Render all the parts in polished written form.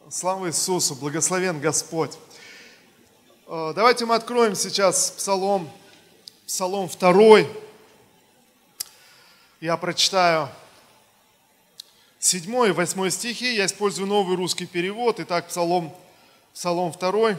Слава Иисусу, благословен Господь. Давайте мы откроем сейчас Псалом 2. Я прочитаю 7 и 8 стихи. Я использую новый русский перевод. Итак, Псалом 2.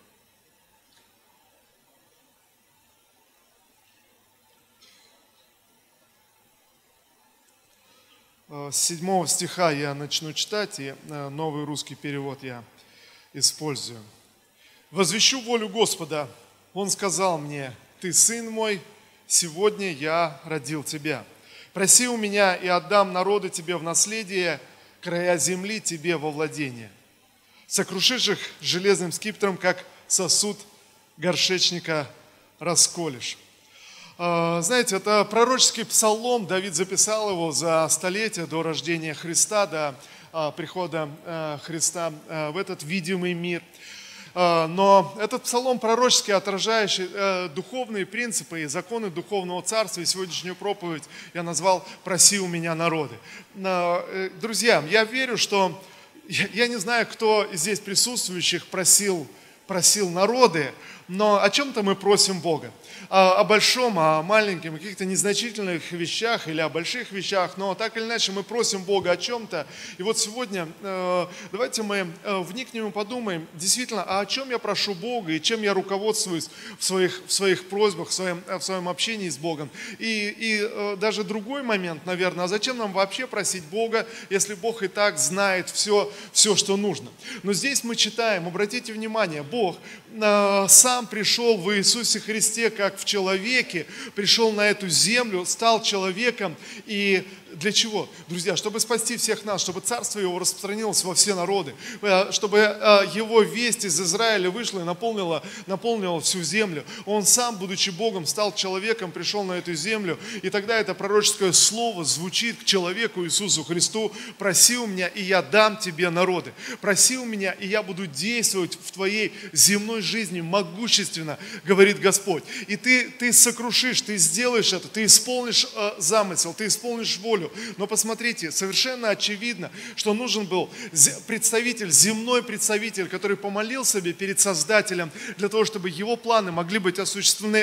С 7 стиха я начну читать, и новый русский перевод я использую. «Возвещу волю Господа. Он сказал мне: Ты сын мой, сегодня я родил тебя. Проси у меня, и отдам народы тебе в наследие, края земли тебе во владение. Сокрушишь их железным скипетром, как сосуд горшечника расколешь». Знаете, это пророческий псалом, Давид записал его за столетие до рождения Христа, до прихода Христа в этот видимый мир. Но этот псалом пророческий, отражающий духовные принципы и законы духовного царства, и сегодняшнюю проповедь я назвал «Проси у меня народы». Друзья, я верю, что, я не знаю, кто из здесь присутствующих просил народы, но о чем-то мы просим Бога. О большом, о маленьком, о каких-то незначительных вещах или о больших вещах, но так или иначе мы просим Бога о чем-то. И вот сегодня давайте мы вникнем и подумаем, действительно, а о чем я прошу Бога и чем я руководствуюсь в своих просьбах, в своем общении с Богом. И даже другой момент, наверное, а зачем нам вообще просить Бога, если Бог и так знает все, что нужно. Но здесь мы читаем, обратите внимание, Бог сам пришел в Иисусе Христе, как в человеке, пришел на эту землю, стал человеком. И для чего? Друзья, чтобы спасти всех нас, чтобы царство Его распространилось во все народы, чтобы Его весть из Израиля вышла и наполнила всю землю. Он сам, будучи Богом, стал человеком, пришел на эту землю. И тогда это пророческое слово звучит к человеку Иисусу Христу: «Проси у меня, и я дам тебе народы. Проси у меня, и я буду действовать в твоей земной жизни могущественно, говорит Господь. И ты сокрушишь, ты сделаешь это, ты исполнишь замысел, ты исполнишь волю». Но посмотрите, совершенно очевидно, что нужен был земной представитель, который помолился бы перед Создателем для того, чтобы его планы могли быть осуществлены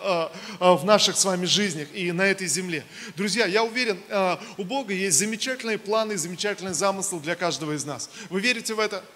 в наших с вами жизнях и на этой земле. Друзья, я уверен, у Бога есть замечательные планы, замечательный замысел для каждого из нас. Вы верите в это?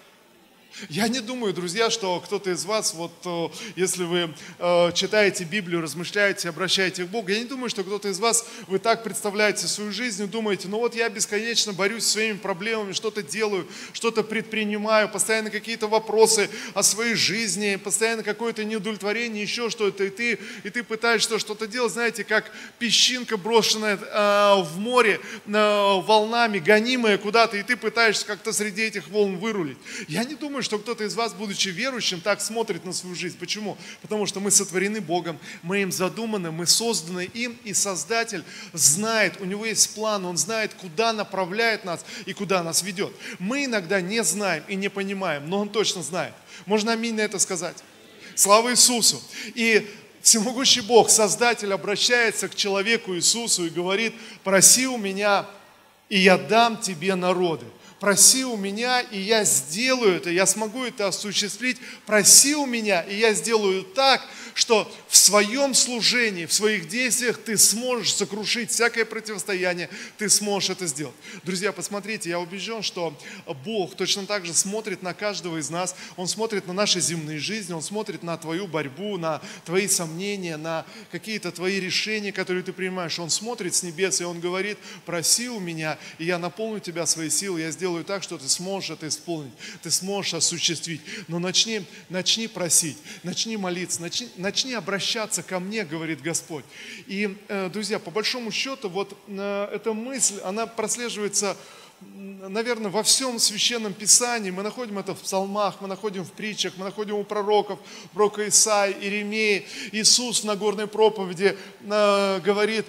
Я не думаю, друзья, что кто-то из вас, если вы читаете Библию, размышляете, обращаете к Богу, я не думаю, что кто-то из вас, вы так представляете свою жизнь и думаете: я бесконечно борюсь со своими проблемами, что-то делаю, что-то предпринимаю, постоянно какие-то вопросы о своей жизни, постоянно какое-то неудовлетворение, еще что-то, и ты пытаешься что-то делать, знаете, как песчинка, брошенная в море волнами, гонимая куда-то, и ты пытаешься как-то среди этих волн вырулить. Я не думаю, что кто-то из вас, будучи верующим, так смотрит на свою жизнь. Почему? Потому что мы сотворены Богом, мы им задуманы, мы созданы им, и Создатель знает, у него есть план, он знает, куда направляет нас и куда нас ведет. Мы иногда не знаем и не понимаем, но он точно знает. Можно аминь на это сказать? Слава Иисусу! И всемогущий Бог, Создатель, обращается к человеку Иисусу и говорит: проси у меня, и я дам тебе народы. Проси у меня, и я сделаю это, я смогу это осуществить. Проси у меня, и я сделаю так, что в своем служении, в своих действиях ты сможешь сокрушить всякое противостояние, ты сможешь это сделать. Друзья, посмотрите, я убежден, что Бог точно так же смотрит на каждого из нас. Он смотрит на наши земные жизни, Он смотрит на твою борьбу, на твои сомнения, на какие-то твои решения, которые ты принимаешь. Он смотрит с небес, и Он говорит: проси у меня, и я наполню тебя своей силой, я сделаю так, что ты сможешь это исполнить, ты сможешь осуществить. Но начни просить, начни молиться, начни обращаться ко мне, говорит Господь. И, друзья, по большому счету, эта мысль, она прослеживается, наверное, во всем Священном Писании. Мы находим это в псалмах, мы находим в притчах, мы находим у пророков, пророка Исаии, Иеремии. Иисус в Нагорной проповеди говорит: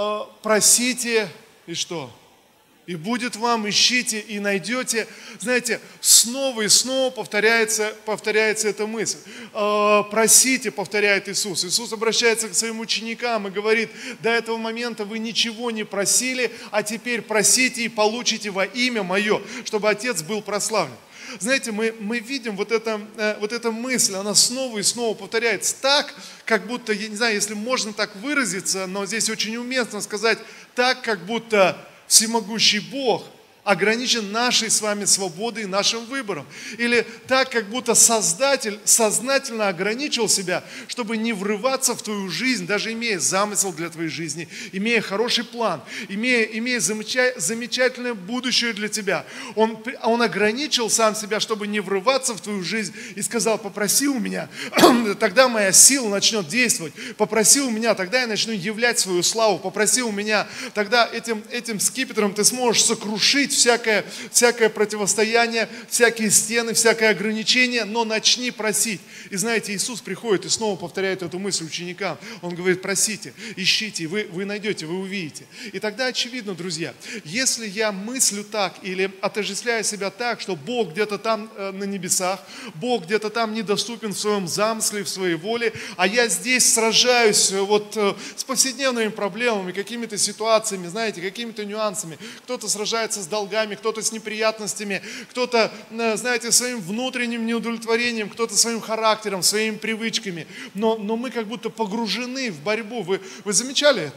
просите, и что? И будет вам, ищите и найдете. Знаете, снова и снова повторяется эта мысль. Просите, повторяет Иисус. Иисус обращается к своим ученикам и говорит: до этого момента вы ничего не просили, а теперь просите и получите во имя Мое, чтобы Отец был прославлен. Знаете, мы видим вот эта мысль, она снова и снова повторяется так, как будто, я не знаю, если можно так выразиться, но здесь очень уместно сказать, так, как будто всемогущий Бог ограничен нашей с вами свободой и нашим выбором. Или так, как будто Создатель сознательно ограничил себя, чтобы не врываться в твою жизнь, даже имея замысел для твоей жизни, имея хороший план, имея замечательное будущее для тебя. Он ограничил сам себя, чтобы не врываться в твою жизнь и сказал: попроси у меня, тогда моя сила начнет действовать. Попроси у меня, тогда я начну являть свою славу. Попроси у меня, тогда этим скипетром ты сможешь сокрушить всякое противостояние, всякие стены, всякое ограничение, но начни просить. И знаете, Иисус приходит и снова повторяет эту мысль ученикам. Он говорит: просите, ищите, вы найдете, вы увидите. И тогда очевидно, друзья, если я мыслю так или отождествляю себя так, что Бог где-то там на небесах, Бог где-то там недоступен в своем замысле, в своей воле, а я здесь сражаюсь с повседневными проблемами, какими-то ситуациями, знаете, какими-то нюансами. Кто-то сражается с долгами, кто-то с неприятностями, кто-то, знаете, своим внутренним неудовлетворением, кто-то своим характером, своими привычками. Но мы как будто погружены в борьбу. Вы замечали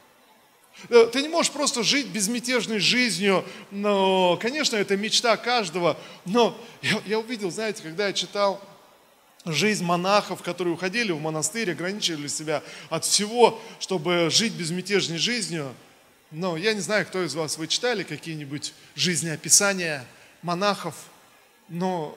это? Ты не можешь просто жить безмятежной жизнью, но, конечно, это мечта каждого. Но я увидел, знаете, когда я читал жизнь монахов, которые уходили в монастырь, ограничивали себя от всего, чтобы жить безмятежной жизнью. Но я не знаю, кто из вас, вы читали какие-нибудь жизнеописания монахов, но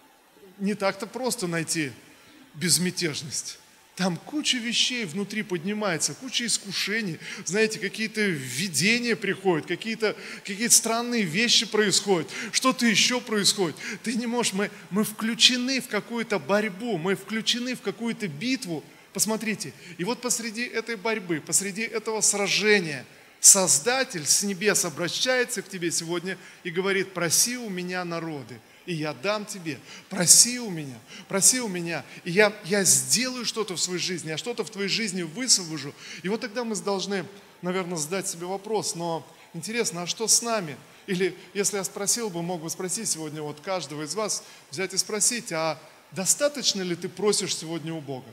не так-то просто найти безмятежность. Там куча вещей внутри поднимается, куча искушений, знаете, какие-то видения приходят, какие-то странные вещи происходят, что-то еще происходит. Ты не можешь, мы включены в какую-то борьбу, мы включены в какую-то битву. Посмотрите, и вот посреди этой борьбы, посреди этого сражения Создатель с небес обращается к тебе сегодня и говорит: проси у меня народы, и я дам тебе. Проси у меня, и я сделаю что-то в своей жизни, я что-то в твоей жизни высвобожу. И вот тогда мы должны, наверное, задать себе вопрос: но интересно, а что с нами? Или если я спросил бы, мог бы спросить сегодня вот каждого из вас, взять и спросить: а достаточно ли ты просишь сегодня у Бога?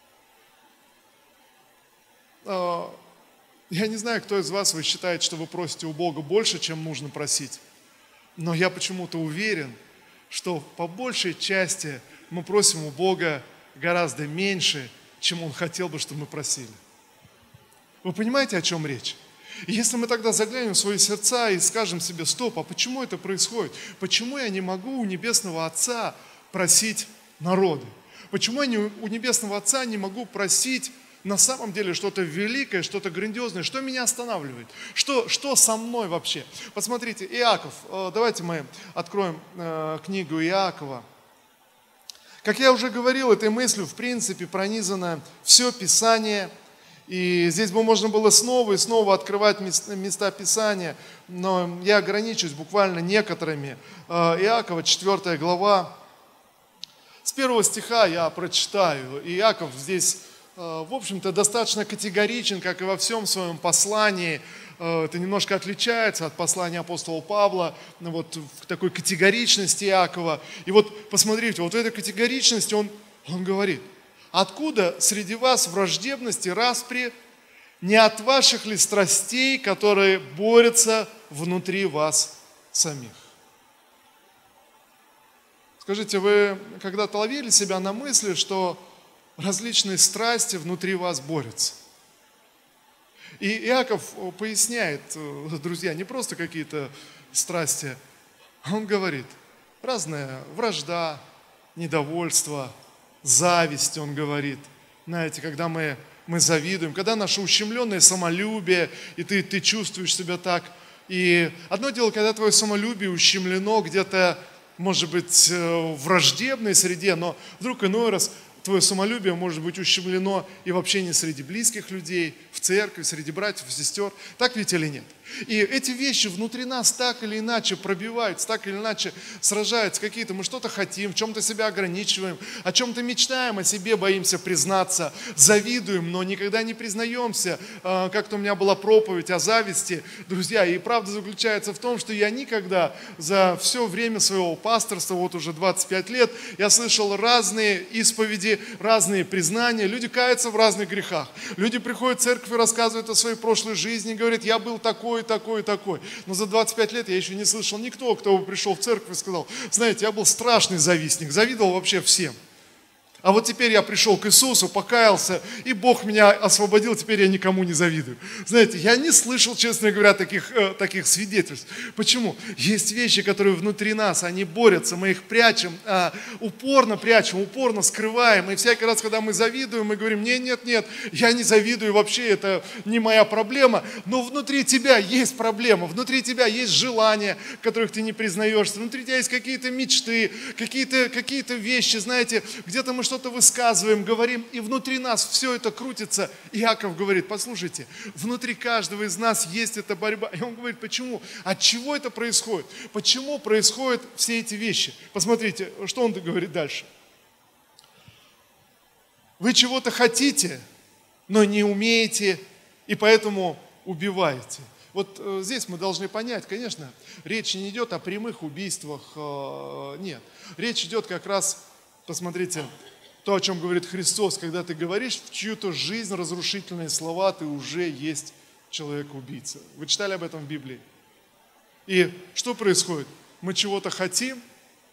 Я не знаю, кто из вас, вы считаете, что вы просите у Бога больше, чем нужно просить. Но я почему-то уверен, что по большей части мы просим у Бога гораздо меньше, чем Он хотел бы, чтобы мы просили. Вы понимаете, о чем речь? И если мы тогда заглянем в свои сердца и скажем себе: стоп, а почему это происходит? Почему я не могу у Небесного Отца просить народы? Почему я у Небесного Отца не могу просить на самом деле что-то великое, что-то грандиозное? Что меня останавливает? Что со мной вообще? Посмотрите, Иаков, давайте мы откроем книгу Иакова. Как я уже говорил, этой мыслью в принципе пронизано все Писание. И здесь бы можно было снова и снова открывать места Писания, но я ограничусь буквально некоторыми. Иакова, 4 глава, с 1 стиха я прочитаю. Иаков здесь, в общем-то, достаточно категоричен, как и во всем своем послании. Это немножко отличается от послания апостола Павла, вот в такой категоричности Иакова. И вот посмотрите, вот в этой категоричности он говорит: откуда среди вас враждебность и распри, не от ваших ли страстей, которые борются внутри вас самих? Скажите, вы когда-то ловили себя на мысли, что различные страсти внутри вас борются? И Иаков поясняет, друзья, не просто какие-то страсти, он говорит: разная вражда, недовольство, зависть, он говорит. Знаете, когда мы завидуем, когда наше ущемленное самолюбие, и ты чувствуешь себя так. И одно дело, когда твое самолюбие ущемлено где-то, может быть, в враждебной среде, но вдруг иной раз твое самолюбие может быть ущемлено и в общении среди близких людей, в церкви, среди братьев и сестер. Так ведь или нет? И эти вещи внутри нас так или иначе пробиваются, так или иначе сражаются какие-то. Мы что-то хотим, в чем-то себя ограничиваем, о чем-то мечтаем, о себе боимся признаться, завидуем, но никогда не признаемся. Как-то у меня была проповедь о зависти, друзья, и правда заключается в том, что я никогда за все время своего пасторства, вот уже 25 лет, я слышал разные исповеди, разные признания. Люди каются в разных грехах. Люди приходят в церковь и рассказывают о своей прошлой жизни, говорят, я был такой, такой, такой. Но за 25 лет я еще не слышал никто, кто бы пришел в церковь и сказал, знаете, я был страшный завистник, завидовал вообще всем. А вот теперь я пришел к Иисусу, покаялся, и Бог меня освободил, теперь я никому не завидую. Знаете, я не слышал, честно говоря, таких свидетельств. Почему? Есть вещи, которые внутри нас, они борются, мы их прячем, упорно скрываем. И всякий раз, когда мы завидуем, мы говорим, нет, я не завидую, вообще это не моя проблема. Но внутри тебя есть проблема, внутри тебя есть желания, которых ты не признаешься, внутри тебя есть какие-то мечты, какие-то вещи, знаете, где-то мы что-то высказываем, говорим, и внутри нас все это крутится. Иаков говорит, послушайте, внутри каждого из нас есть эта борьба. И он говорит, почему? От чего это происходит? Почему происходят все эти вещи? Посмотрите, что он говорит дальше. Вы чего-то хотите, но не умеете, и поэтому убиваете. Вот здесь мы должны понять, конечно, речь не идет о прямых убийствах, нет. Речь идет как раз, посмотрите, то, о чем говорит Христос, когда ты говоришь в чью-то жизнь разрушительные слова, ты уже есть человек-убийца. Вы читали об этом в Библии? И что происходит? Мы чего-то хотим,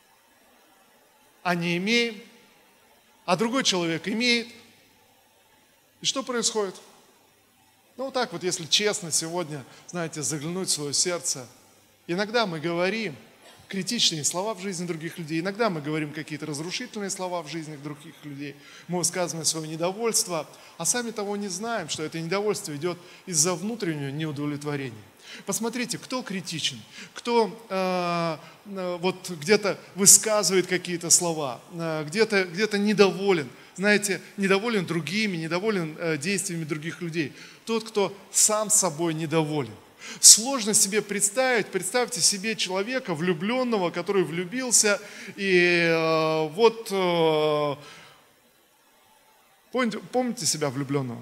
а не имеем, а другой человек имеет. И что происходит? Ну, вот так вот, если честно сегодня, знаете, заглянуть в свое сердце, иногда мы говорим критичные слова в жизни других людей. Иногда мы говорим какие-то разрушительные слова в жизни других людей. Мы высказываем свое недовольство, а сами того не знаем, что это недовольство идет из-за внутреннего неудовлетворения. Посмотрите, кто критичен, кто вот где-то высказывает какие-то слова, где-то недоволен. Знаете, недоволен другими, недоволен действиями других людей. Тот, кто сам собой недоволен. Сложно себе представить, представьте себе человека влюбленного, который влюбился, и помните себя влюбленного?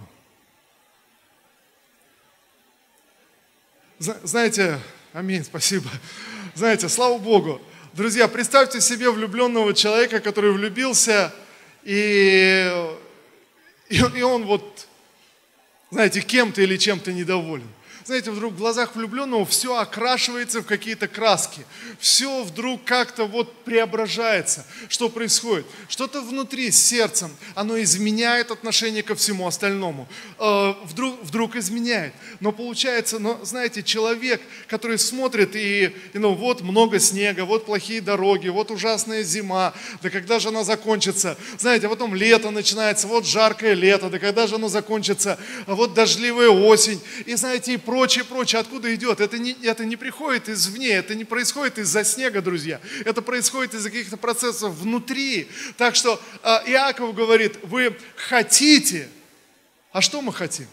Знаете, аминь, спасибо. Знаете, слава Богу. Друзья, представьте себе влюбленного человека, который влюбился, и он вот, знаете, кем-то или чем-то недоволен. Знаете, вдруг в глазах влюбленного все окрашивается в какие-то краски. Все вдруг как-то вот преображается. Что происходит? Что-то внутри, с сердцем, оно изменяет отношение ко всему остальному. Вдруг изменяет. Но получается, знаете, человек, который смотрит и вот много снега, вот плохие дороги, вот ужасная зима, да когда же она закончится? Знаете, а потом лето начинается, вот жаркое лето, да когда же оно закончится? А вот дождливая осень. И знаете, и прочее. Откуда идет? Это не приходит извне, это не происходит из-за снега, друзья. Это происходит из-за каких-то процессов внутри. Так что Иаков говорит, вы хотите, а что мы хотим?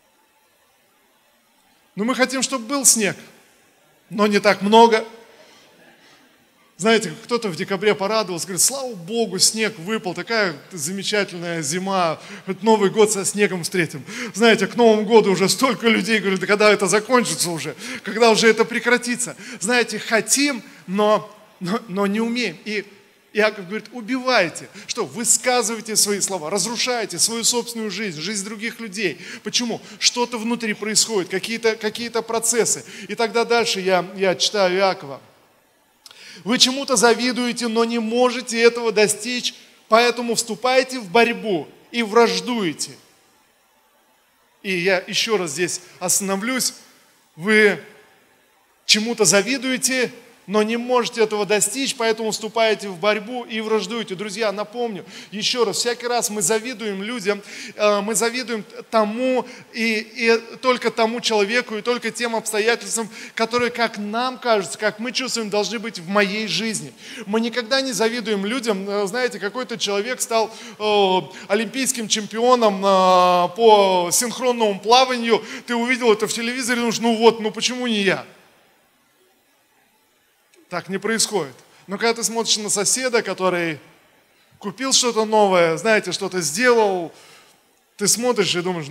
Мы хотим, чтобы был снег, но не так много. Знаете, кто-то в декабре порадовался, говорит, слава Богу, снег выпал, такая замечательная зима, хоть Новый год со снегом встретим. Знаете, к Новому году уже столько людей говорят, да когда это закончится уже, когда уже это прекратится. Знаете, хотим, но не умеем. И Иаков говорит, убивайте. Что? Высказывайте свои слова, разрушайте свою собственную жизнь, жизнь других людей. Почему? Что-то внутри происходит, какие-то процессы. И тогда дальше я читаю Иакова. Вы чему-то завидуете, но не можете этого достичь, поэтому вступаете в борьбу и враждуете. И я еще раз здесь остановлюсь. Вы чему-то завидуете, но не можете этого достичь, поэтому вступаете в борьбу и враждуете. Друзья, напомню еще раз, всякий раз мы завидуем людям, мы завидуем тому и только тому человеку, и только тем обстоятельствам, которые, как нам кажется, как мы чувствуем, должны быть в моей жизни. Мы никогда не завидуем людям. Знаете, какой-то человек стал олимпийским чемпионом по синхронному плаванию, ты увидел это в телевизоре, думаешь, ну почему не я? Так не происходит. Но когда ты смотришь на соседа, который купил что-то новое, знаете, что-то сделал, ты смотришь и думаешь,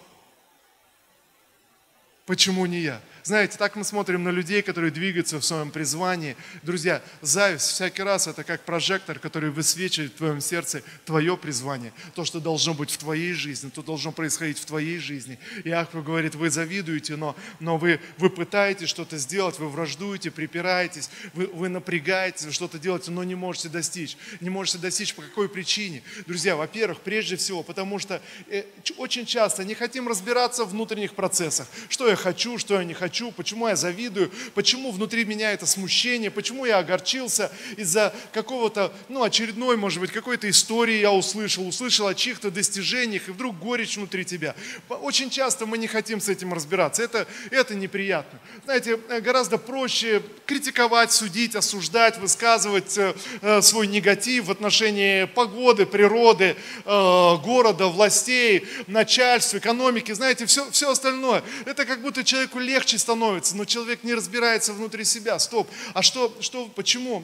почему не я? Знаете, так мы смотрим на людей, которые двигаются в своем призвании. Друзья, зависть всякий раз это как прожектор, который высвечивает в твоем сердце твое призвание. То, что должно быть в твоей жизни, то должно происходить в твоей жизни. Иаков говорит, вы завидуете, но вы пытаетесь что-то сделать, вы враждуете, припираетесь, вы напрягаетесь, вы что-то делаете, но не можете достичь. Не можете достичь по какой причине? Друзья, во-первых, прежде всего, потому что очень часто не хотим разбираться в внутренних процессах. Что я хочу, что я не хочу, почему я завидую, почему внутри меня это смущение, почему я огорчился из-за какого-то, очередной, может быть, какой-то истории я услышал о чьих-то достижениях, и вдруг горечь внутри тебя. Очень часто мы не хотим с этим разбираться, это неприятно. Знаете, гораздо проще критиковать, судить, осуждать, высказывать свой негатив в отношении погоды, природы, города, властей, начальства, экономики, знаете, все остальное. Это как будто человеку легче становится, но человек не разбирается внутри себя. Стоп, а почему,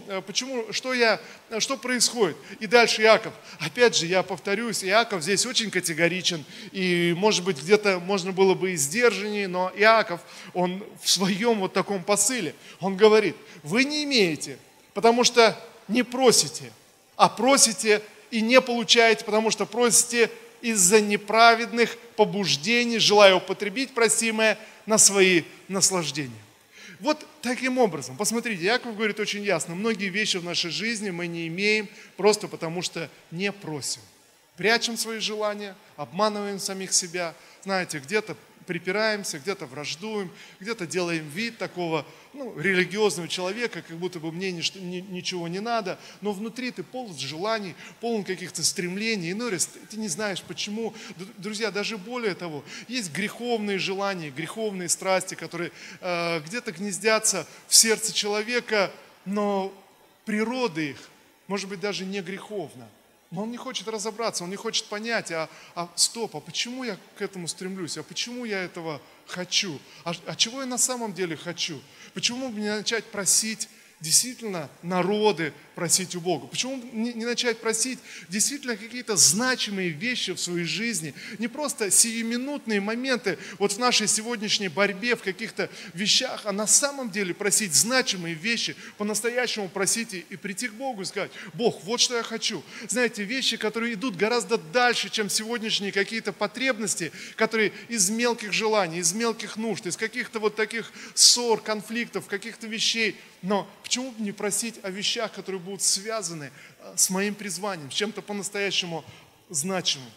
что происходит? И дальше Иаков. Опять же, я повторюсь, Иаков здесь очень категоричен, и может быть где-то можно было бы и сдержаннее, но Иаков, он в своем вот таком посыле, он говорит, вы не имеете, потому что не просите, а просите и не получаете, потому что просите из-за неправедных побуждений, желая употребить просимое на свои наслаждения. Вот таким образом, посмотрите, Иаков говорит очень ясно, многие вещи в нашей жизни мы не имеем просто потому, что не просим. Прячем свои желания, обманываем самих себя, знаете, где-то припираемся, где-то враждуем, где-то делаем вид такого религиозного человека, как будто бы мне ничего не надо, но внутри ты полон желаний, полон каких-то стремлений, иной раз ты не знаешь почему. Друзья, даже более того, есть греховные желания, греховные страсти, которые где-то гнездятся в сердце человека, но природа их, может быть, даже не греховна. Но он не хочет разобраться, он не хочет понять, стоп, почему я к этому стремлюсь, почему я этого хочу, чего я на самом деле хочу, почему бы не начать просить действительно народы просить у Бога? Почему не начать просить действительно какие-то значимые вещи в своей жизни? Не просто сиюминутные моменты вот в нашей сегодняшней борьбе, в каких-то вещах, а на самом деле просить значимые вещи, по-настоящему просить и прийти к Богу и сказать, Бог, вот что я хочу. Знаете, вещи, которые идут гораздо дальше, чем сегодняшние какие-то потребности, которые из мелких желаний, из мелких нужд, из каких-то вот таких ссор, конфликтов, каких-то вещей. Но почему бы не просить о вещах, которые будут связаны с моим призванием, с чем-то по-настоящему значимым?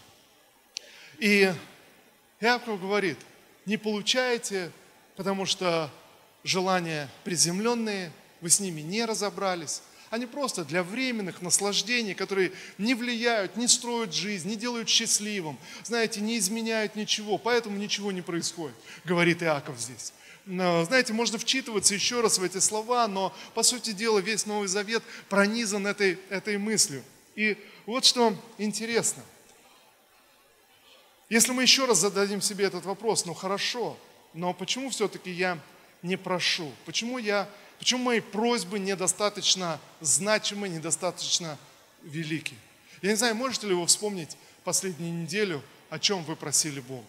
И Иаков говорит, не получаете, потому что желания приземленные, вы с ними не разобрались. Они просто для временных наслаждений, которые не влияют, не строят жизнь, не делают счастливым, знаете, не изменяют ничего, поэтому ничего не происходит, говорит Иаков здесь. Знаете, можно вчитываться еще раз в эти слова, но, по сути дела, весь Новый Завет пронизан этой мыслью. И вот что интересно. Если мы еще раз зададим себе этот вопрос, хорошо, но почему все-таки я не прошу? Почему мои просьбы недостаточно значимы, недостаточно велики? Я не знаю, можете ли вы вспомнить последнюю неделю, о чем вы просили Бога?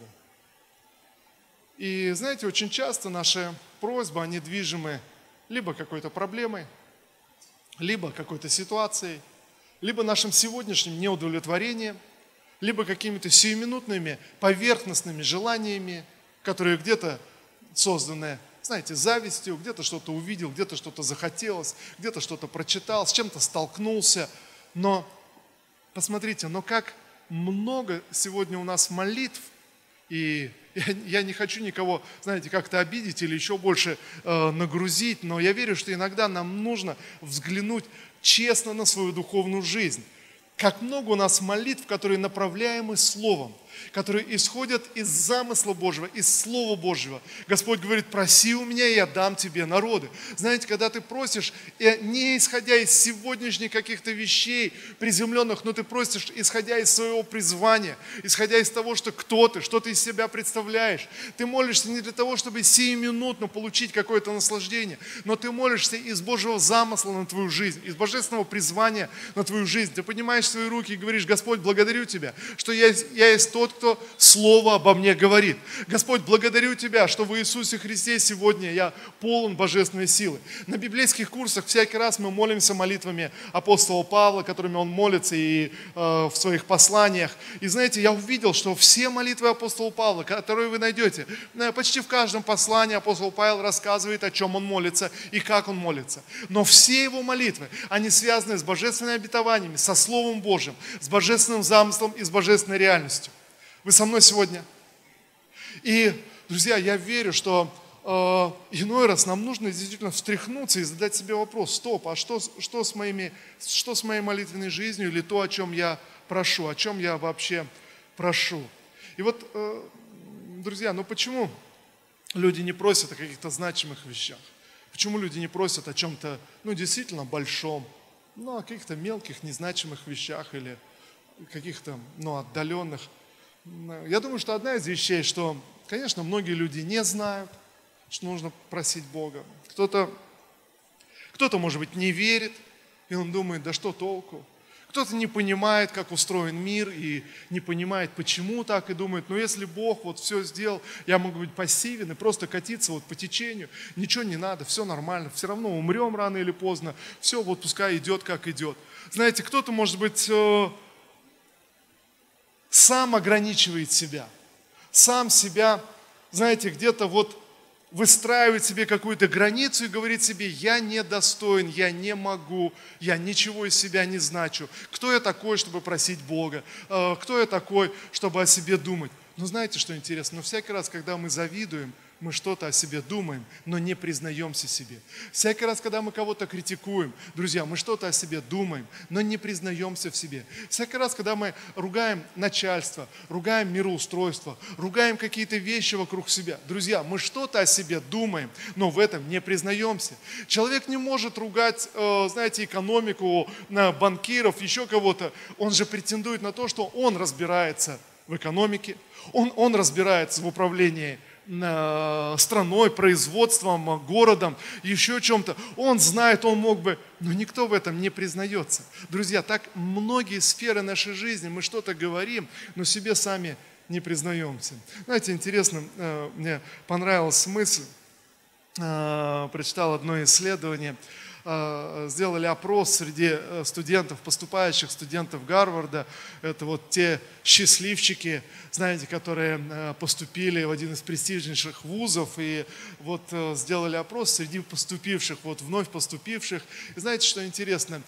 И знаете, очень часто наши просьбы, они движимы либо какой-то проблемой, либо какой-то ситуацией, либо нашим сегодняшним неудовлетворением, либо какими-то сиюминутными поверхностными желаниями, которые где-то созданы, знаете, завистью, где-то что-то увидел, где-то что-то захотелось, где-то что-то прочитал, с чем-то столкнулся. Но посмотрите, как много сегодня у нас молитв, И я не хочу никого, знаете, как-то обидеть или еще больше нагрузить, но я верю, что иногда нам нужно взглянуть честно на свою духовную жизнь. Как много у нас молитв, которые направляемы Словом, которые исходят из замысла Божьего, из Слова Божьего. Господь говорит: проси у меня, и я дам тебе народы. Знаете, когда ты просишь, не исходя из сегодняшних каких-то вещей приземленных, но ты просишь, исходя из своего призвания, исходя из того, что кто ты, что ты из себя представляешь. Ты молишься не для того, чтобы сиюминутно получить какое-то наслаждение, но ты молишься из Божьего замысла на твою жизнь, из божественного призвания на твою жизнь. Ты поднимаешь свои руки и говоришь: Господь, благодарю Тебя, что я есть тот, кто Слово обо мне говорит. Господь, благодарю Тебя, что в Иисусе Христе сегодня я полон божественной силы. На библейских курсах всякий раз мы молимся молитвами апостола Павла, которыми он молится и в своих посланиях. И знаете, я увидел, что все молитвы апостола Павла, которые вы найдете, почти в каждом послании апостол Павел рассказывает, о чем он молится и как он молится. Но все его молитвы, они связаны с божественными обетованиями, со Словом Божьим, с божественным замыслом и с божественной реальностью. Вы со мной сегодня? И, друзья, я верю, что иной раз нам нужно действительно встряхнуться и задать себе вопрос: стоп, а что с моей молитвенной жизнью, или то, о чем я прошу, о чем я вообще прошу? И вот, друзья, почему люди не просят о каких-то значимых вещах? Почему люди не просят о чем-то, действительно большом, о каких-то мелких, незначимых вещах или каких-то, отдаленных? Я думаю, что одна из вещей, что, конечно, многие люди не знают, что нужно просить Бога. Кто-то, может быть, не верит, и он думает: да что толку? Кто-то не понимает, как устроен мир, и не понимает, почему так, и думает: если Бог все сделал, я могу быть пассивен и просто катиться по течению, ничего не надо, все нормально, все равно умрем рано или поздно, все пускай идет, как идет. Знаете, кто-то, может быть, сам ограничивает себя, сам себя, знаете, где-то выстраивает себе какую-то границу и говорит себе: я недостоин, я не могу, я ничего из себя не значу. Кто я такой, чтобы просить Бога? Кто я такой, чтобы о себе думать? Но знаете, что интересно? Всякий раз, когда мы завидуем, мы что-то о себе думаем, но не признаемся себе. Всякий раз, когда мы кого-то критикуем, друзья, мы что-то о себе думаем, но не признаемся в себе. Всякий раз, когда мы ругаем начальство, ругаем мироустройство, ругаем какие-то вещи вокруг себя, друзья, мы что-то о себе думаем, но в этом не признаемся. Человек не может ругать, экономику, банкиров, еще кого-то. Он же претендует на то, что он разбирается в экономике, он разбирается в управлении страной, производством, городом, еще о чем-то. Он знает, он мог бы, но никто в этом не признается. Друзья, так многие сферы нашей жизни, мы что-то говорим, но себе сами не признаемся. Знаете, интересно, мне понравилась мысль, прочитал одно исследование, сделали опрос среди студентов, поступающих студентов Гарварда. Это те счастливчики, знаете, которые поступили в один из престижнейших вузов, и сделали опрос среди поступивших, вновь поступивших. И знаете, что интересно?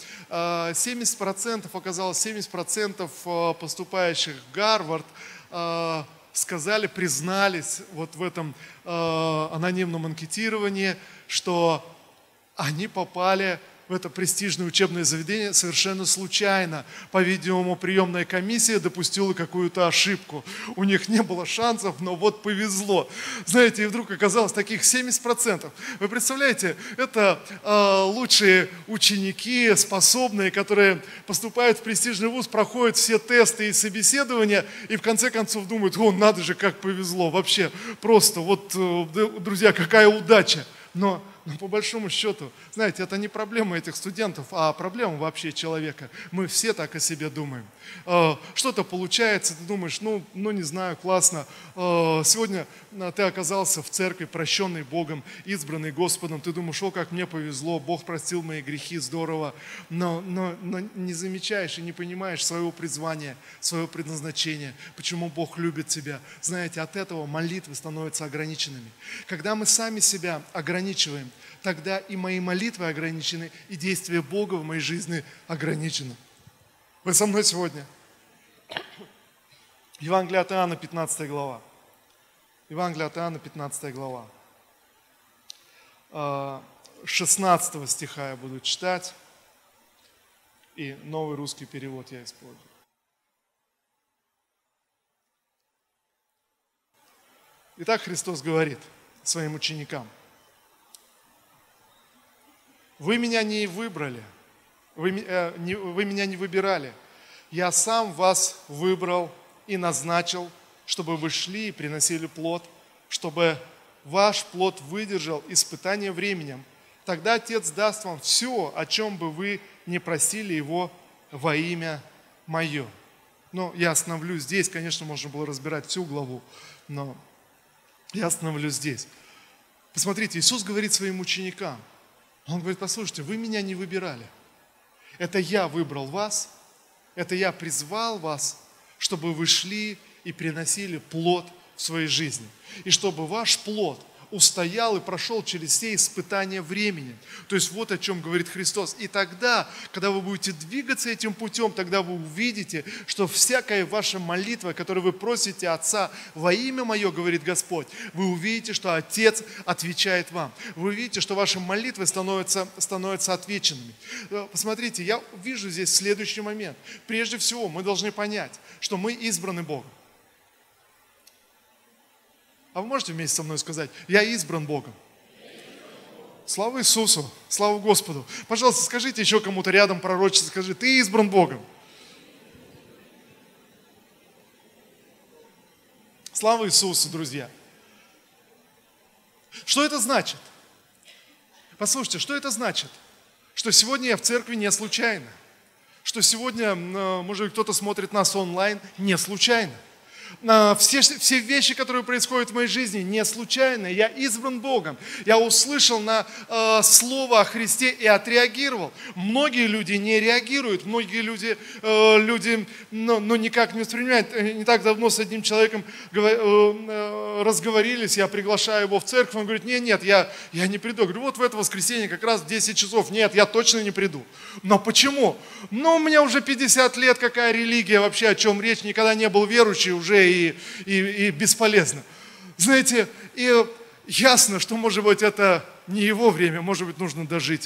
70% оказалось, 70% поступающих в Гарвард сказали, признались в этом анонимном анкетировании, что они попали в это престижное учебное заведение совершенно случайно. По-видимому, приемная комиссия допустила какую-то ошибку. У них не было шансов, но повезло. Знаете, и вдруг оказалось таких 70%. Вы представляете, это лучшие ученики, способные, которые поступают в престижный вуз, проходят все тесты и собеседования, и в конце концов думают: надо же, как повезло. Вообще, просто, друзья, какая удача. Но по большому счету, знаете, это не проблема этих студентов, а проблема вообще человека. Мы все так о себе думаем. Что-то получается, ты думаешь: не знаю, классно. Сегодня ты оказался в церкви, прощенный Богом, избранный Господом. Ты думаешь: как мне повезло, Бог простил мои грехи, здорово. Но не замечаешь и не понимаешь своего призвания, своего предназначения, почему Бог любит тебя. Знаете, от этого молитвы становятся ограниченными. Когда мы сами себя ограничиваем, тогда и мои молитвы ограничены, и действие Бога в моей жизни ограничено. Вы со мной сегодня? Евангелие от Иоанна, 15 глава. Евангелие от Иоанна, 15 глава. 16 стиха я буду читать, и новый русский перевод я использую. Итак, Христос говорит своим ученикам: вы меня не выбрали, вы меня не выбирали. Я сам вас выбрал и назначил, чтобы вы шли и приносили плод, чтобы ваш плод выдержал испытание временем. Тогда Отец даст вам все, о чем бы вы не просили Его во имя Мое. Но я остановлюсь здесь. Конечно, можно было разбирать всю главу, но я остановлюсь здесь. Посмотрите, Иисус говорит своим ученикам. Он говорит: послушайте, вы меня не выбирали. Это я выбрал вас, это я призвал вас, чтобы вы шли и приносили плод в своей жизни. И чтобы ваш плод устоял и прошел через все испытания времени. То есть вот о чем говорит Христос. И тогда, когда вы будете двигаться этим путем, тогда вы увидите, что всякая ваша молитва, которую вы просите Отца во имя Мое, говорит Господь, вы увидите, что Отец отвечает вам. Вы увидите, что ваши молитвы становятся отвеченными. Посмотрите, я вижу здесь следующий момент. Прежде всего, мы должны понять, что мы избраны Богом. А вы можете вместе со мной сказать: я избран Богом? Слава Иисусу, слава Господу. Пожалуйста, скажите еще кому-то рядом пророчески, скажи: ты избран Богом. Слава Иисусу, друзья. Что это значит? Послушайте, что это значит? Что сегодня я в церкви не случайно. Что сегодня, может быть, кто-то смотрит нас онлайн не случайно. Все вещи, которые происходят в моей жизни, не случайно. Я избран Богом. Я услышал на слово о Христе и отреагировал. Многие люди не реагируют. Многие люди никак не воспринимают. Не так давно с одним человеком разговорились. Я приглашаю его в церковь. Он говорит: нет, я не приду. Я говорю: вот в это воскресенье как раз в 10 часов. Нет, я точно не приду. Но почему? У меня уже 50 лет. Какая религия вообще? О чем речь? Никогда не был верующий уже. И бесполезно. Знаете, и ясно, что, может быть, это не его время, может быть, нужно дожить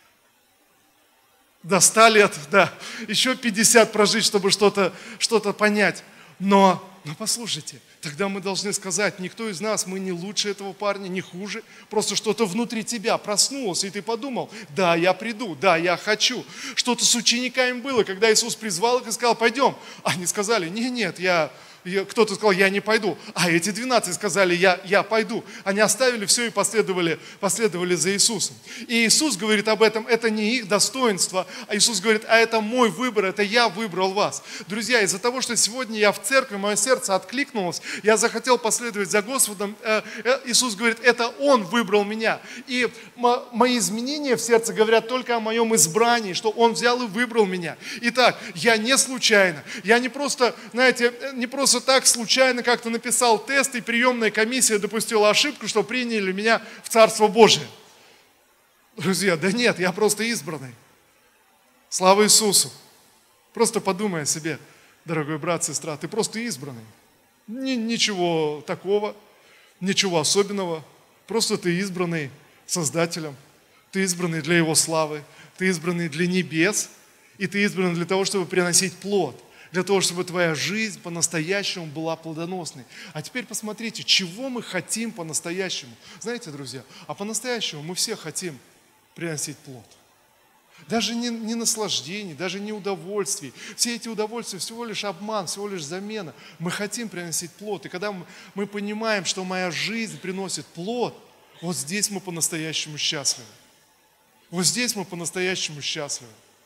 до 100 лет, да, еще 50 прожить, чтобы что-то понять. Но послушайте, тогда мы должны сказать: никто из нас, мы не лучше этого парня, не хуже, просто что-то внутри тебя проснулось, и ты подумал: да, я приду, да, я хочу. Что-то с учениками было, когда Иисус призвал их и сказал: пойдем. Они сказали: нет, кто-то сказал: я не пойду. А эти 12 сказали: я пойду. Они оставили все и последовали за Иисусом. И Иисус говорит об этом: это не их достоинство, а Иисус говорит: а это мой выбор, это я выбрал вас. Друзья, из-за того, что сегодня я в церкви, мое сердце откликнулось, я захотел последовать за Господом. Иисус говорит: это Он выбрал меня. И мои изменения в сердце говорят только о моем избрании, что Он взял и выбрал меня. Итак, я не случайно, я не просто так случайно как-то написал тест, и приемная комиссия допустила ошибку, что приняли меня в Царство Божие. Друзья, да нет, я просто избранный. Слава Иисусу. Просто подумай о себе, дорогой брат, сестра, ты просто избранный. Ничего такого, ничего особенного. Просто ты избранный Создателем, ты избранный для Его славы, ты избранный для небес, и ты избранный для того, чтобы приносить плод. Для того, чтобы твоя жизнь по-настоящему была плодоносной. А теперь посмотрите, чего мы хотим по-настоящему. Знаете, друзья, а по-настоящему мы все хотим приносить плод. Даже не наслаждений, даже не удовольствий. Все эти удовольствия всего лишь обман, всего лишь замена. Мы хотим приносить плод. И когда мы понимаем, что моя жизнь приносит плод, вот здесь мы по-настоящему счастливы. Вот здесь мы по-настоящему счастливы.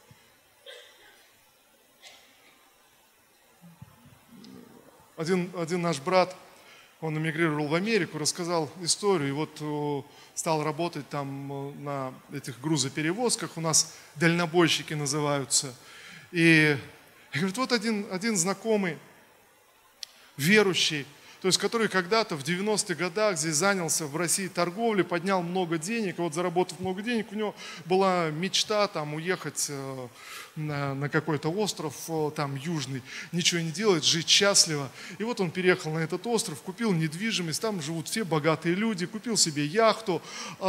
Один наш брат, он эмигрировал в Америку, рассказал историю, и вот стал работать там на этих грузоперевозках, у нас дальнобойщики называются. И говорит, вот один знакомый, верующий, то есть который когда-то в 90-х годах здесь занялся в России торговлей, поднял много денег, и вот заработав много денег, у него была мечта там уехать на какой-то остров там южный, ничего не делать, жить счастливо. И вот он переехал на этот остров, купил недвижимость, там живут все богатые люди, купил себе яхту,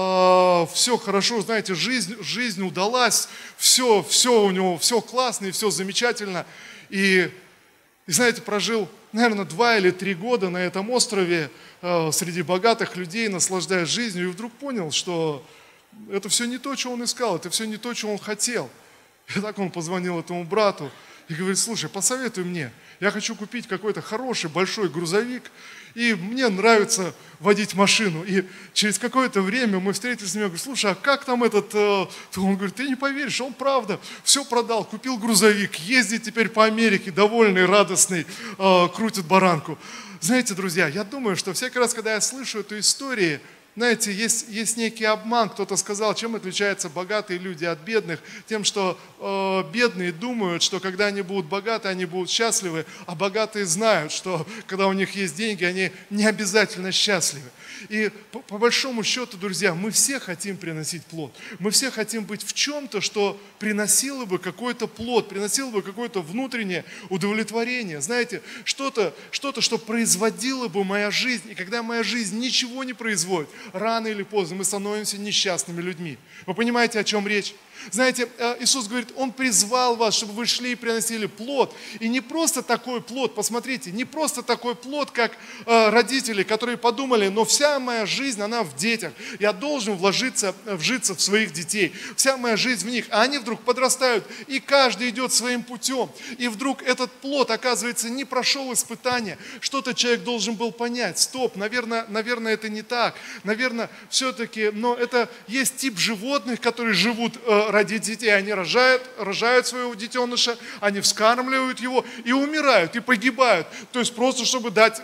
все хорошо, знаете, жизнь удалась, все у него, все классно и все замечательно. И знаете, прожил, наверное, 2 или 3 года на этом острове среди богатых людей, наслаждаясь жизнью, и вдруг понял, что это все не то, что он искал, это все не то, что он хотел. И так он позвонил этому брату и говорит: слушай, посоветуй мне, я хочу купить какой-то хороший большой грузовик, и мне нравится водить машину. И через какое-то время мы встретились с ним, я говорю: слушай, а как там этот... Он говорит: ты не поверишь, он правда все продал, купил грузовик, ездит теперь по Америке, довольный, радостный, крутит баранку. Знаете, друзья, я думаю, что всякий раз, когда я слышу эту историю, знаете, есть некий обман. Кто-то сказал, чем отличаются богатые люди от бедных? Тем, что бедные думают, что когда они будут богаты, они будут счастливы, а богатые знают, что когда у них есть деньги, они не обязательно счастливы. И по большому счету, друзья, мы все хотим приносить плод. Мы все хотим быть в чем-то, что приносило бы какой-то плод, приносило бы какое-то внутреннее удовлетворение. Знаете, что-то, что производило бы моя жизнь. И когда моя жизнь ничего не производит, рано или поздно мы становимся несчастными людьми. Вы понимаете, о чем речь? Знаете, Иисус говорит, Он призвал вас, чтобы вы шли и приносили плод. И не просто такой плод, посмотрите, не просто такой плод, как родители, которые подумали: но вся моя жизнь, она в детях. Я должен вжиться в своих детей. Вся моя жизнь в них. А они вдруг подрастают, и каждый идет своим путем. И вдруг этот плод, оказывается, не прошел испытания. Что-то человек должен был понять. Стоп, наверное, это не так. Наверное, все-таки, но это есть тип животных, которые живут ради детей. Они рожают своего детеныша, они вскармливают его и умирают, и погибают. То есть просто, чтобы дать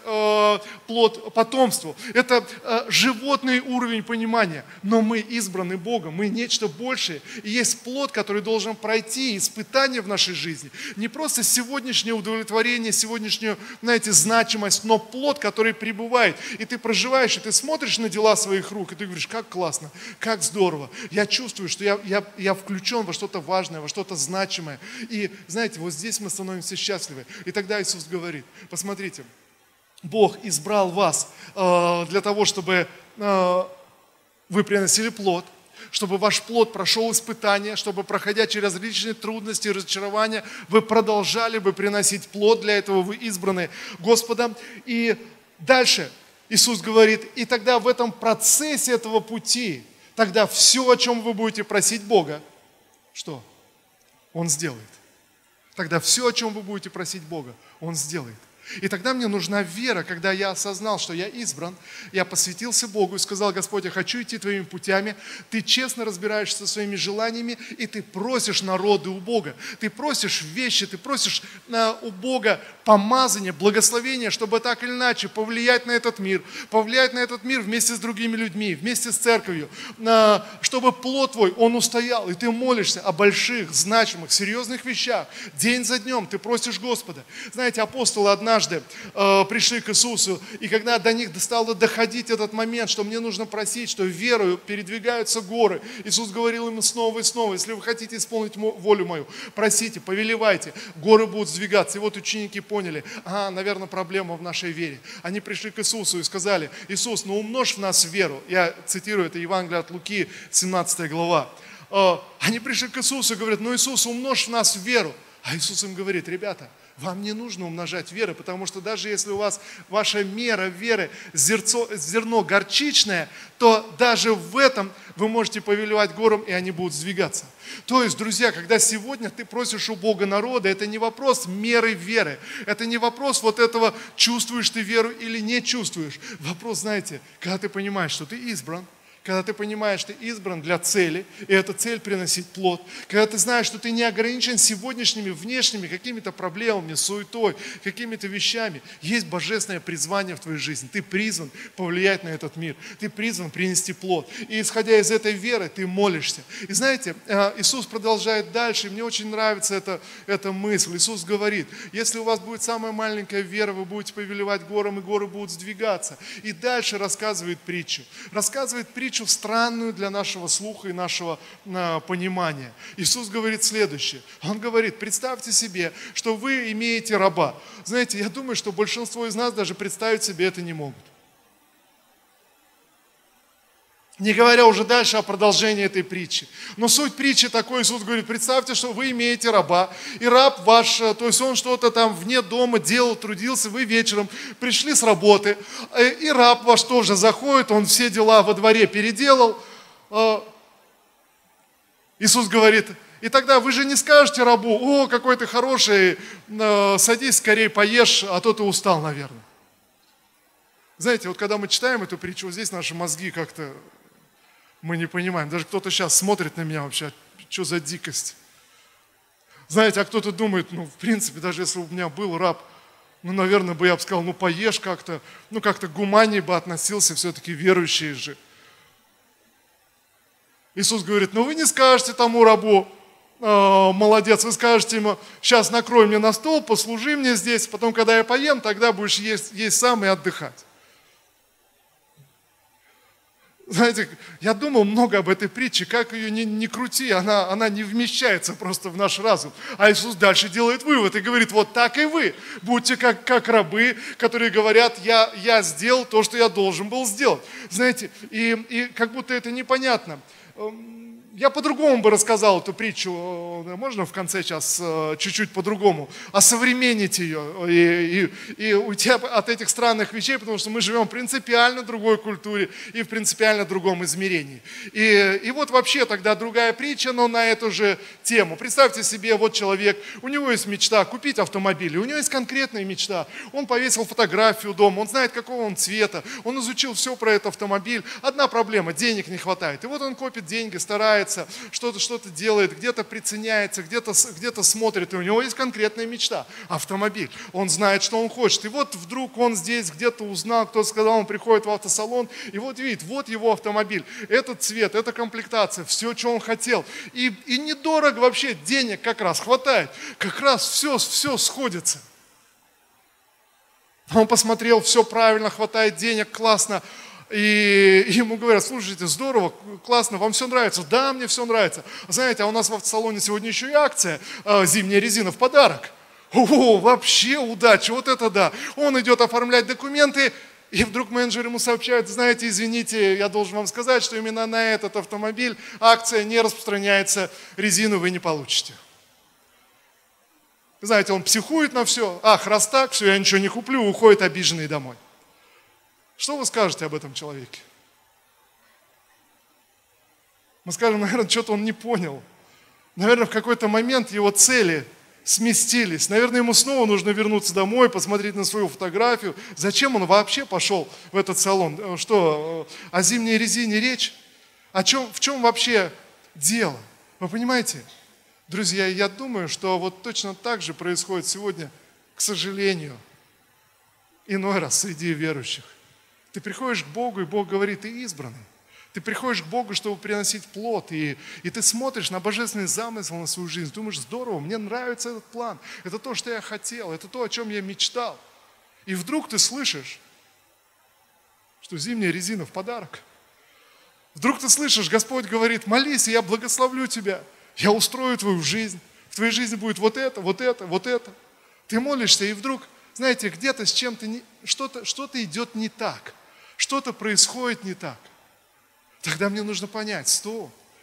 плод потомству. Это животный уровень понимания. Но мы избраны Богом, мы нечто большее. И есть плод, который должен пройти испытания в нашей жизни. Не просто сегодняшнее удовлетворение, сегодняшнюю, знаете, значимость, но плод, который пребывает. И ты проживаешь, и ты смотришь на дела своих рук, и ты говоришь: как классно, как здорово. Я чувствую, что я включен во что-то важное, во что-то значимое. И знаете, вот здесь мы становимся счастливы. И тогда Иисус говорит: посмотрите, Бог избрал вас для того, чтобы вы приносили плод, чтобы ваш плод прошел испытания, чтобы, проходя через различные трудности и разочарования, вы продолжали бы приносить плод. Для этого вы избраны Господом. И дальше Иисус говорит: и тогда в этом процессе этого пути, тогда все, о чем вы будете просить Бога, что? Он сделает. Тогда все, о чем вы будете просить Бога, Он сделает. И тогда мне нужна вера, когда я осознал, что я избран, я посвятился Богу и сказал: Господь, я хочу идти Твоими путями, Ты честно разбираешься со своими желаниями, и Ты просишь народы у Бога, Ты просишь вещи, Ты просишь у Бога помазания, благословения, чтобы так или иначе повлиять на этот мир вместе с другими людьми, вместе с церковью, чтобы плод Твой, он устоял, и Ты молишься о больших, значимых, серьезных вещах. День за днем Ты просишь Господа. Знаете, апостолы однажды пришли к Иисусу, и когда до них стало доходить этот момент, что мне нужно просить, что верою передвигаются горы, Иисус говорил им снова и снова: если вы хотите исполнить волю мою, просите, повелевайте, горы будут сдвигаться. И вот ученики поняли: наверное, проблема в нашей вере. Они пришли к Иисусу и сказали: Иисус, умножь в нас веру. Я цитирую, это Евангелие от Луки, 17 глава. Они пришли к Иисусу и говорят: Иисус, умножь в нас веру. А Иисус им говорит: ребята, вам не нужно умножать веры, потому что даже если у вас ваша мера веры зерно горчичное, то даже в этом вы можете повелевать горам, и они будут сдвигаться. То есть, друзья, когда сегодня ты просишь у Бога народа, это не вопрос меры веры, это не вопрос вот этого, чувствуешь ты веру или не чувствуешь. Вопрос, знаете, когда ты понимаешь, что ты избран, Когда ты понимаешь, что ты избран для цели, и эта цель приносит плод. Когда ты знаешь, что ты не ограничен сегодняшними внешними какими-то проблемами, суетой, какими-то вещами. Есть божественное призвание в твоей жизни. Ты призван повлиять на этот мир. Ты призван принести плод. И исходя из этой веры, ты молишься. И знаете, Иисус продолжает дальше, и мне очень нравится эта мысль. Иисус говорит, если у вас будет самая маленькая вера, вы будете повелевать горам, и горы будут сдвигаться. И дальше рассказывает притчу. Рассказывает притчу странную для нашего слуха и нашего понимания. Иисус говорит следующее. Он говорит, представьте себе, что вы имеете раба. Знаете, я думаю, что большинство из нас даже представить себе это не могут. Не говоря уже дальше о продолжении этой притчи. Но суть притчи такой, Иисус говорит, представьте, что вы имеете раба, и раб ваш, то есть он что-то там вне дома делал, трудился, вы вечером пришли с работы, и раб ваш тоже заходит, он все дела во дворе переделал. Иисус говорит, и тогда вы же не скажете рабу, о, какой ты хороший, садись скорее поешь, а то ты устал, наверное. Знаете, вот когда мы читаем эту притчу, вот здесь наши мозги как-то... Мы не понимаем. Даже кто-то сейчас смотрит на меня вообще, что за дикость. Знаете, а кто-то думает, в принципе, даже если бы у меня был раб, наверное, бы я бы сказал, поешь как-то, как-то гуманнее бы относился, все-таки верующие же. Иисус говорит, вы не скажете тому рабу, молодец, вы скажете ему, сейчас накрой мне на стол, послужи мне здесь, потом, когда я поем, тогда будешь есть сам и отдыхать. Знаете, я думал много об этой притче, как ее не крути, она не вмещается просто в наш разум. А Иисус дальше делает вывод и говорит, вот так и вы, будьте как рабы, которые говорят, я сделал то, что я должен был сделать. Знаете, и как будто это непонятно. Я по-другому бы рассказал эту притчу, можно в конце сейчас чуть-чуть по-другому, осовременить ее и уйти от этих странных вещей, потому что мы живем в принципиально другой культуре и в принципиально другом измерении. И вот вообще тогда другая притча, но на эту же тему. Представьте себе, вот человек, у него есть мечта купить автомобиль, и у него есть конкретная мечта. Он повесил фотографию дома, он знает, какого он цвета, он изучил все про этот автомобиль. Одна проблема, денег не хватает. И вот он копит деньги, старается, что-то делает, где-то приценяется, где-то смотрит, и у него есть конкретная мечта – автомобиль. Он знает, что он хочет. И вот вдруг он здесь где-то узнал, кто сказал, он приходит в автосалон, и вот видит, вот его автомобиль, этот цвет, эта комплектация, все, что он хотел. И недорого вообще, денег как раз хватает, как раз все сходится. Он посмотрел, все правильно, хватает денег, классно. И ему говорят, слушайте, здорово, классно, вам все нравится? Да, мне все нравится. Знаете, а у нас в автосалоне сегодня еще и акция, зимняя резина в подарок. О, вообще удача, вот это да. Он идет оформлять документы, и вдруг менеджер ему сообщает, знаете, извините, я должен вам сказать, что именно на этот автомобиль акция не распространяется, резину вы не получите. Знаете, он психует на все, раз так, все, я ничего не куплю, уходит обиженный домой. Что вы скажете об этом человеке? Мы скажем, наверное, что-то он не понял. Наверное, в какой-то момент его цели сместились. Наверное, ему снова нужно вернуться домой, посмотреть на свою фотографию. Зачем он вообще пошел в этот салон? Что, о зимней резине речь? В чем вообще дело? Вы понимаете? Друзья, я думаю, что вот точно так же происходит сегодня, к сожалению, иной раз среди верующих. Ты приходишь к Богу, и Бог говорит, ты избранный. Ты приходишь к Богу, чтобы приносить плод, и ты смотришь на божественный замысел на свою жизнь, думаешь, здорово, мне нравится этот план, это то, что я хотел, это то, о чем я мечтал. И вдруг ты слышишь, что зимняя резина в подарок. Вдруг ты слышишь, Господь говорит, молись, и я благословлю тебя, я устрою твою жизнь, в твоей жизни будет вот это, вот это, вот это. Ты молишься, и вдруг, знаете, где-то с чем-то, что-то идет не так. Что-то происходит не так. Тогда мне нужно понять, стоп,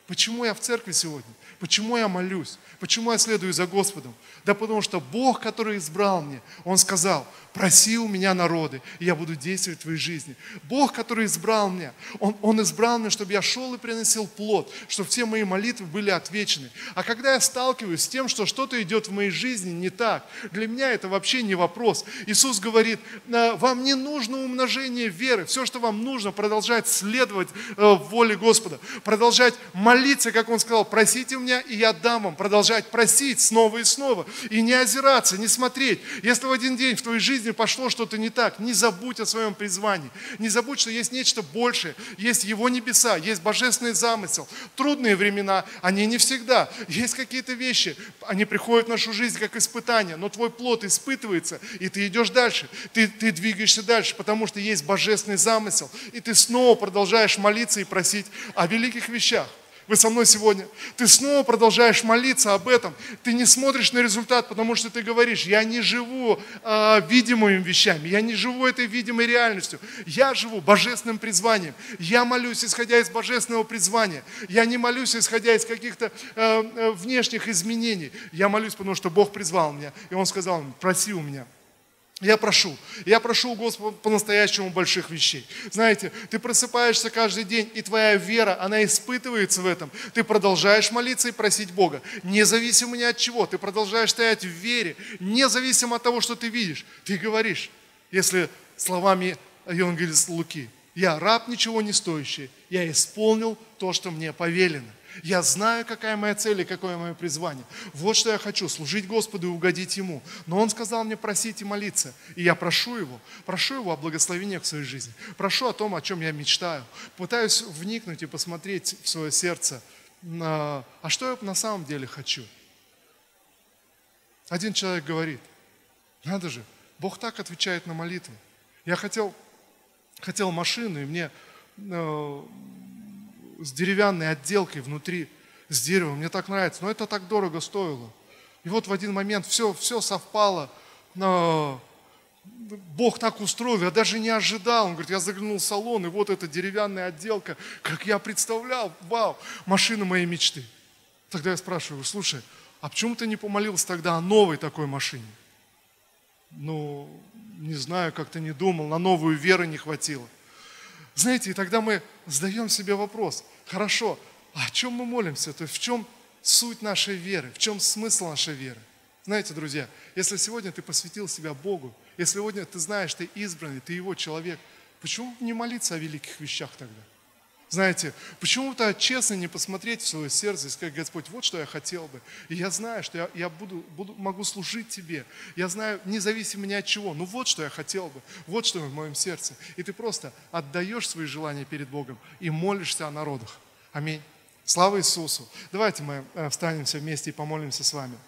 Почему я в церкви сегодня? Почему я молюсь? Почему я следую за Господом? Да потому что Бог, который избрал меня, Он сказал: проси у меня народы, и я буду действовать в твоей жизни. Бог, который избрал меня, Он избрал меня, чтобы я шел и приносил плод, чтобы все мои молитвы были отвечены. А когда я сталкиваюсь с тем, что что-то идет в моей жизни не так, для меня это вообще не вопрос. Иисус говорит: вам не нужно умножение веры, все, что вам нужно, продолжать следовать воле Господа, продолжать молиться, как Он сказал: просите у меня, и я дам вам, продолжать просить снова и снова, и не озираться, не смотреть. Если в один день в твоей жизни пошло что-то не так, не забудь о своем призвании, не забудь, что есть нечто большее, есть Его небеса, есть божественный замысел. Трудные времена, они не всегда. Есть какие-то вещи, они приходят в нашу жизнь как испытания, но твой плод испытывается, и ты идешь дальше, ты двигаешься дальше, потому что есть божественный замысел, и ты снова продолжаешь молиться и просить о великих вещах. Вы со мной сегодня? Ты снова продолжаешь молиться об этом. Ты не смотришь на результат, потому что ты говоришь: я не живу видимыми вещами, я не живу этой видимой реальностью. Я живу божественным призванием. Я молюсь, исходя из божественного призвания. Я не молюсь, исходя из каких-то внешних изменений. Я молюсь, потому что Бог призвал меня. И Он сказал: проси у меня. Я прошу у Господа по-настоящему больших вещей. Знаете, ты просыпаешься каждый день, и твоя вера, она испытывается в этом. Ты продолжаешь молиться и просить Бога, независимо ни от чего. Ты продолжаешь стоять в вере, независимо от того, что ты видишь. Ты говоришь, если словами евангелиста Луки: я раб ничего не стоящий, я исполнил то, что мне повелено. Я знаю, какая моя цель и какое мое призвание. Вот что я хочу: служить Господу и угодить Ему. Но Он сказал мне просить и молиться. И я прошу Его о благословениях в своей жизни. Прошу о том, о чем я мечтаю. Пытаюсь вникнуть и посмотреть в свое сердце, а что я на самом деле хочу. Один человек говорит: надо же, Бог так отвечает на молитвы. Я хотел машину, и мне с деревянной отделкой внутри, с деревом. Мне так нравится, но это так дорого стоило. И вот в один момент все совпало. Бог так устроил, я даже не ожидал. Он говорит: я заглянул в салон, и вот эта деревянная отделка, как я представлял, вау, машина моей мечты. Тогда я спрашиваю: слушай, а почему ты не помолился тогда о новой такой машине? Не знаю, как-то не думал, на новую веры не хватило. Знаете, и тогда мы задаем себе вопрос: хорошо, а о чем мы молимся? То есть в чем суть нашей веры, в чем смысл нашей веры? Знаете, друзья, если сегодня ты посвятил себя Богу, если сегодня ты знаешь, ты избранный, ты Его человек, почему не молиться о великих вещах тогда? Знаете, почему-то честно не посмотреть в свое сердце и сказать: Господь, вот что я хотел бы. И я знаю, что я могу служить Тебе. Я знаю, независимо ни от чего. Вот что я хотел бы. Вот что в моем сердце. И ты просто отдаешь свои желания перед Богом и молишься о народах. Аминь. Слава Иисусу. Давайте мы встанем все вместе и помолимся с вами.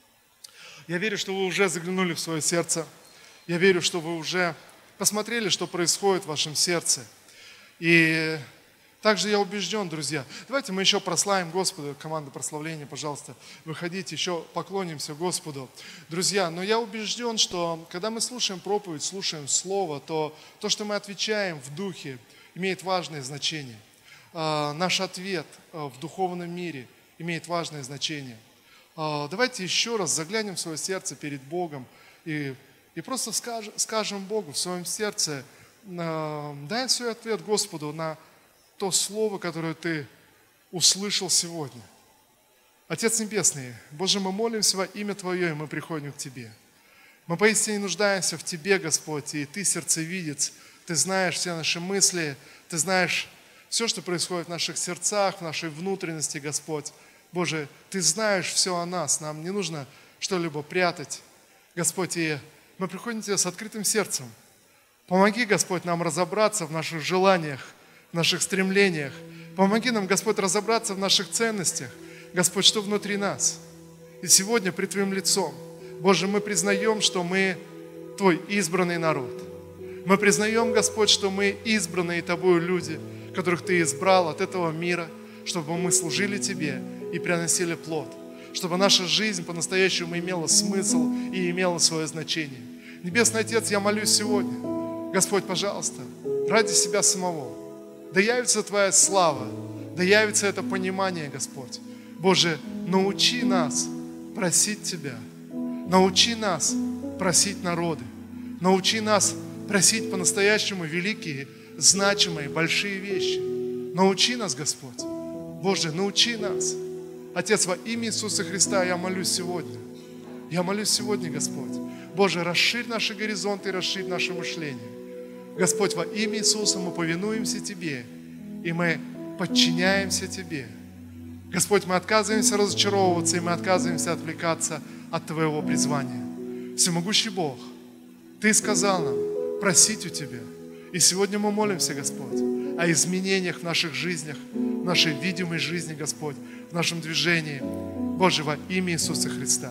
Я верю, что вы уже заглянули в свое сердце. Я верю, что вы уже посмотрели, что происходит в вашем сердце. И также я убежден, друзья, давайте мы еще прославим Господа. Команда прославления, пожалуйста, выходите, еще поклонимся Господу. Друзья, но я убежден, что когда мы слушаем проповедь, слушаем Слово, то, что мы отвечаем в Духе, имеет важное значение. Наш ответ в духовном мире имеет важное значение. Давайте еще раз заглянем в свое сердце перед Богом и просто скажем Богу в своем сердце: дай свой ответ Господу на то слово, которое ты услышал сегодня. Отец Небесный, Боже, мы молимся во имя Твое, и мы приходим к Тебе. Мы поистине нуждаемся в Тебе, Господь, и Ты сердцевидец. Ты знаешь все наши мысли, Ты знаешь все, что происходит в наших сердцах, в нашей внутренности, Господь. Боже, Ты знаешь все о нас, нам не нужно что-либо прятать. Господь, и мы приходим к Тебе с открытым сердцем. Помоги, Господь, нам разобраться в наших желаниях, в наших стремлениях. Помоги нам, Господь, разобраться в наших ценностях. Господь, что внутри нас. И сегодня пред Твоим лицом, Боже, мы признаем, что мы Твой избранный народ. Мы признаем, Господь, что мы избранные Тобою люди, которых Ты избрал от этого мира, чтобы мы служили Тебе и приносили плод. Чтобы наша жизнь по-настоящему имела смысл и имела свое значение. Небесный Отец, я молюсь сегодня, Господь, пожалуйста, ради себя самого, да явится Твоя слава, да явится это понимание, Господь. Боже, научи нас просить Тебя. Научи нас просить народы. Научи нас просить по-настоящему великие, значимые, большие вещи. Научи нас, Господь. Боже, научи нас. Отец, во имя Иисуса Христа я молюсь сегодня. Я молюсь сегодня, Господь. Боже, расширь наши горизонты и расширь наше мышление. Господь, во имя Иисуса мы повинуемся Тебе, и мы подчиняемся Тебе. Господь, мы отказываемся разочаровываться, и мы отказываемся отвлекаться от Твоего призвания. Всемогущий Бог, Ты сказал нам просить у Тебя. И сегодня мы молимся, Господь, о изменениях в наших жизнях, в нашей видимой жизни, Господь, в нашем движении. Боже, во имя Иисуса Христа.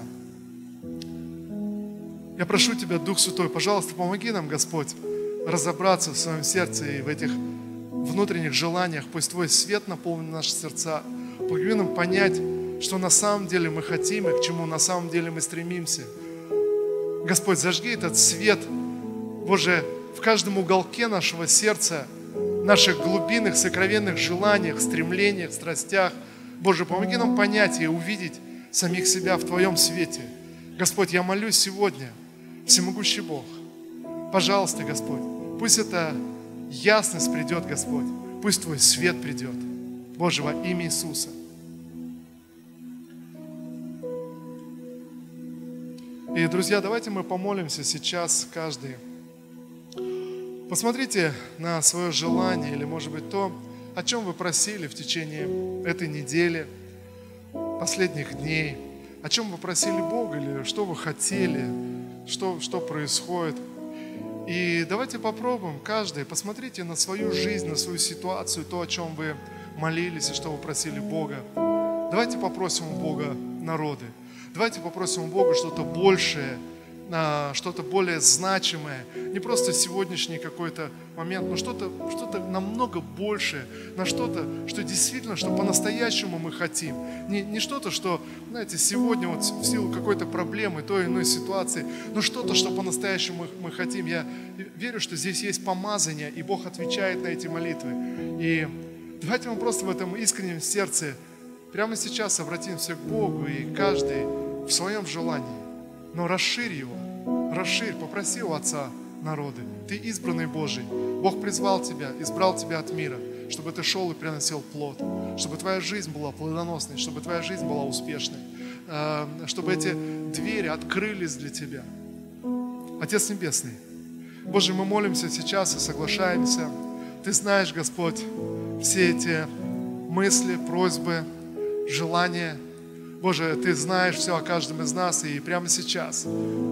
Я прошу Тебя, Дух Святой, пожалуйста, помоги нам, Господь, разобраться в своем сердце и в этих внутренних желаниях. Пусть Твой свет наполнит наши сердца. Помоги нам понять, что на самом деле мы хотим и к чему на самом деле мы стремимся. Господь, зажги этот свет, Боже, в каждом уголке нашего сердца, наших глубинных, сокровенных желаниях, стремлениях, страстях. Боже, помоги нам понять и увидеть самих себя в Твоем свете. Господь, я молюсь сегодня, Всемогущий Бог, пожалуйста, Господь, пусть эта ясность придет, Господь, пусть Твой свет придет. Боже, во имя Иисуса. И, друзья, давайте мы помолимся сейчас каждый. Посмотрите на свое желание или, может быть, то, о чем вы просили в течение этой недели, последних дней, о чем вы просили Бога или что вы хотели, что происходит. И давайте попробуем каждый, посмотрите на свою жизнь, на свою ситуацию, то, о чем вы молились и что вы просили Бога. Давайте попросим у Бога народы. Давайте попросим у Бога что-то большее, что-то более значимое. Не просто сегодняшний какой-то момент, но что-то намного большее, на что-то, что действительно, что по-настоящему мы хотим. Не что-то, что, знаете, сегодня вот в силу какой-то проблемы, той или иной ситуации, но что-то, что по-настоящему мы хотим. Я верю, что здесь есть помазание, и Бог отвечает на эти молитвы. И давайте мы просто в этом искреннем сердце прямо сейчас обратимся к Богу, и каждый в своем желании. Но расширь его, расширь, попроси у Отца народы. Ты избранный Божий. Бог призвал тебя, избрал тебя от мира, чтобы ты шел и приносил плод, чтобы твоя жизнь была плодоносной, чтобы твоя жизнь была успешной, чтобы эти двери открылись для тебя. Отец Небесный, Боже, мы молимся сейчас и соглашаемся. Ты знаешь, Господь, все эти мысли, просьбы, желания. Боже, Ты знаешь все о каждом из нас, и прямо сейчас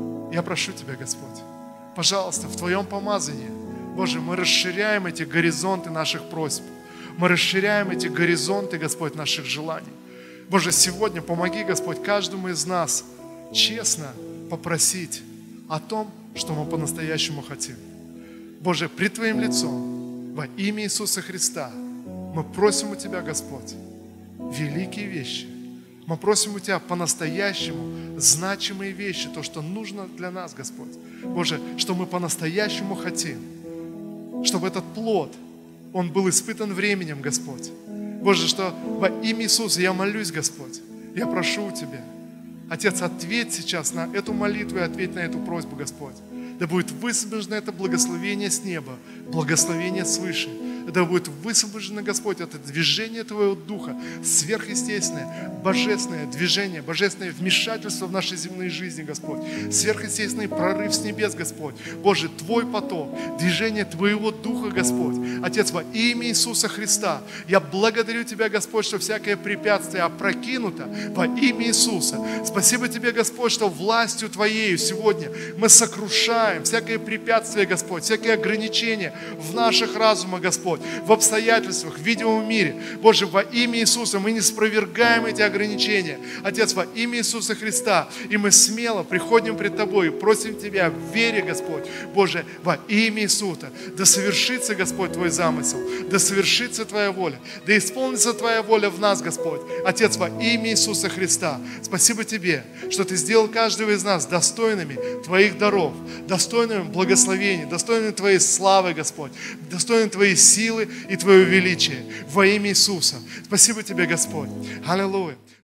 я прошу Тебя, Господь, пожалуйста, в Твоем помазании, Боже, мы расширяем эти горизонты наших просьб, мы расширяем эти горизонты, Господь, наших желаний. Боже, сегодня помоги, Господь, каждому из нас честно попросить о том, что мы по-настоящему хотим. Боже, пред Твоим лицом, во имя Иисуса Христа, мы просим у Тебя, Господь, великие вещи. Мы просим у Тебя по-настоящему значимые вещи, то, что нужно для нас, Господь. Боже, что мы по-настоящему хотим, чтобы этот плод, он был испытан временем, Господь. Боже, что во имя Иисуса я молюсь, Господь, я прошу у Тебя. Отец, ответь сейчас на эту молитву и ответь на эту просьбу, Господь. Да будет высвобождено это благословение с неба, благословение свыше. Да будет высвобождено, Господь, это движение Твоего Духа, сверхъестественное, божественное движение, божественное вмешательство в наши земные жизни, Господь. Сверхъестественный прорыв с небес, Господь. Боже, Твой поток, движение Твоего Духа, Господь. Отец, во имя Иисуса Христа, я благодарю Тебя, Господь, что всякое препятствие опрокинуто во имя Иисуса. Спасибо Тебе, Господь, что властью Твоею сегодня мы сокрушаем всякое препятствие, Господь, всякие ограничения в наших разумах, Господь, в обстоятельствах, в видимом мире. Боже, во имя Иисуса мы не спровергаем эти ограничения. Отец, во имя Иисуса Христа, и мы смело приходим пред Тобой и просим Тебя в вере, Господь. Боже, во имя Иисуса, да совершится, Господь, Твой замысел, да совершится Твоя воля, да исполнится Твоя воля в нас, Господь. Отец, во имя Иисуса Христа, спасибо Тебе, что Ты сделал каждого из нас достойными Твоих даров, достойными благословений, достойными Твоей славы, Господь, достойными Твоей силы, силы и Твое величие во имя Иисуса. Спасибо Тебе, Господь. Аллилуйя.